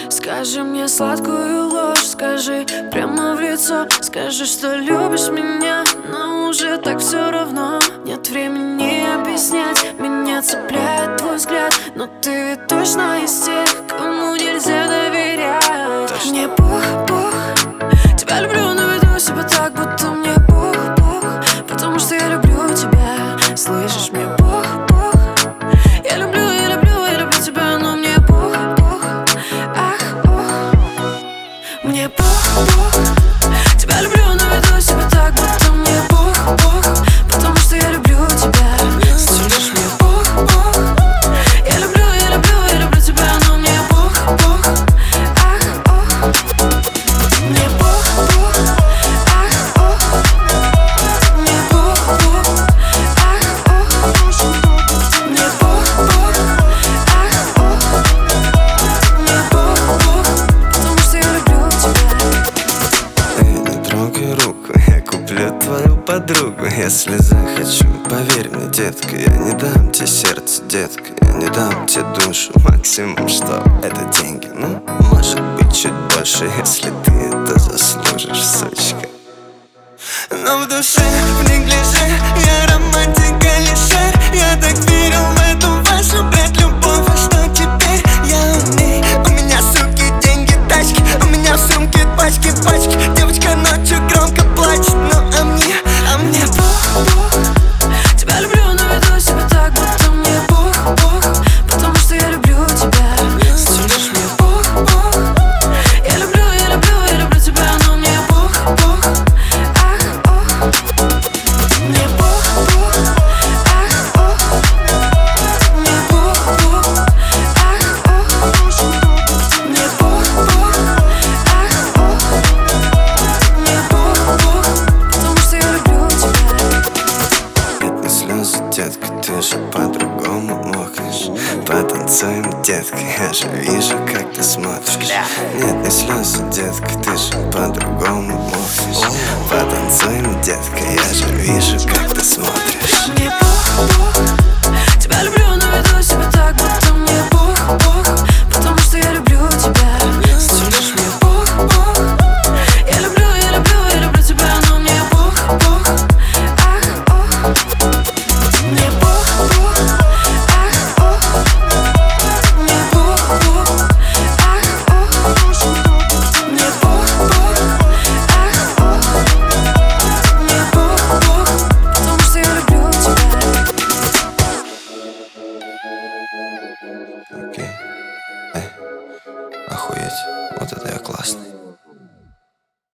Скажи мне сладкую ложь, скажи прямо в лицо. Скажи, что любишь меня, но уже так все равно. Нет времени объяснять, меня цепляет твой взгляд. Но ты ведь точно из тех, кому нельзя доверять. Мне пух-пух, тебя люблю, но веду себя так, будто мне пух-пух. Потому что я люблю тебя, слышишь, мне пух-пух. Я люблю тебя, но мне пух-пух. Ах, ух. Мне пух-пух, тебя люблю, но веду себя так, будто мне пух-пух. Потому что я люблю тебя, слышишь, мне пух-пух. Я люблю тебя, но мне пух-пух. Ах, ух. Мне пух-пух. Ах, ух. Мне пух-пух. Ах, ух. Мне пух-пух. Ах, ух. Мне пух-пух. Потому что я люблю тебя. Эй, не трогай руку, я куплю твою подругу, если захочу. Поверь мне, детка, я не дам тебе сердце, детка, я не дам тебе душу. Максимум, что это деньги, ну, может быть, чуть больше, если ты это заслужишь, сучка. Но в душе, в неглиже, я романтик Алишер. Я так верил в эту вашу, блядь, любовь. А что теперь? Я умею. У меня, суки, деньги, тачки. У меня в сумке пачки. Девочка ночью громко плачет. Ну а мне Пух-пух. Тебя люблю, но веду себя так, будто мне пух-пух. Потому что я люблю тебя, слышишь, мне пух-пух. Я люблю тебя, но мне пух-пух. Ах, ух. Мне пух-пух. Ах, ух. Мне пух-пух. Ах, ух. Мне пух-пух. Ах, ух. Мне пух-пух. Потому что я люблю тебя. нет не слезы, детка, ты же по-другому мокнешь. Потанцуем, детка, я же вижу, как ты смотришь. Нет не слезы, детка, ты же по-другому мокнешь. Потанцуем, детка, я же вижу, как ты смотришь. Мне пух-пух. Тебя люблю, но веду себя так, будто мне пух-пух. Потому что я люблю тебя, слышишь, мне пух-пух. Я люблю тебя, но мне пух-пух. Ах, ух. Мне пух-пух. Ах, ух. Мне пух-пух. Ах, ух. Мне пух-пух. Ах, ух. Мне пух-пух. Потому что я люблю тебя. Окей. Охуеть, вот это я классный.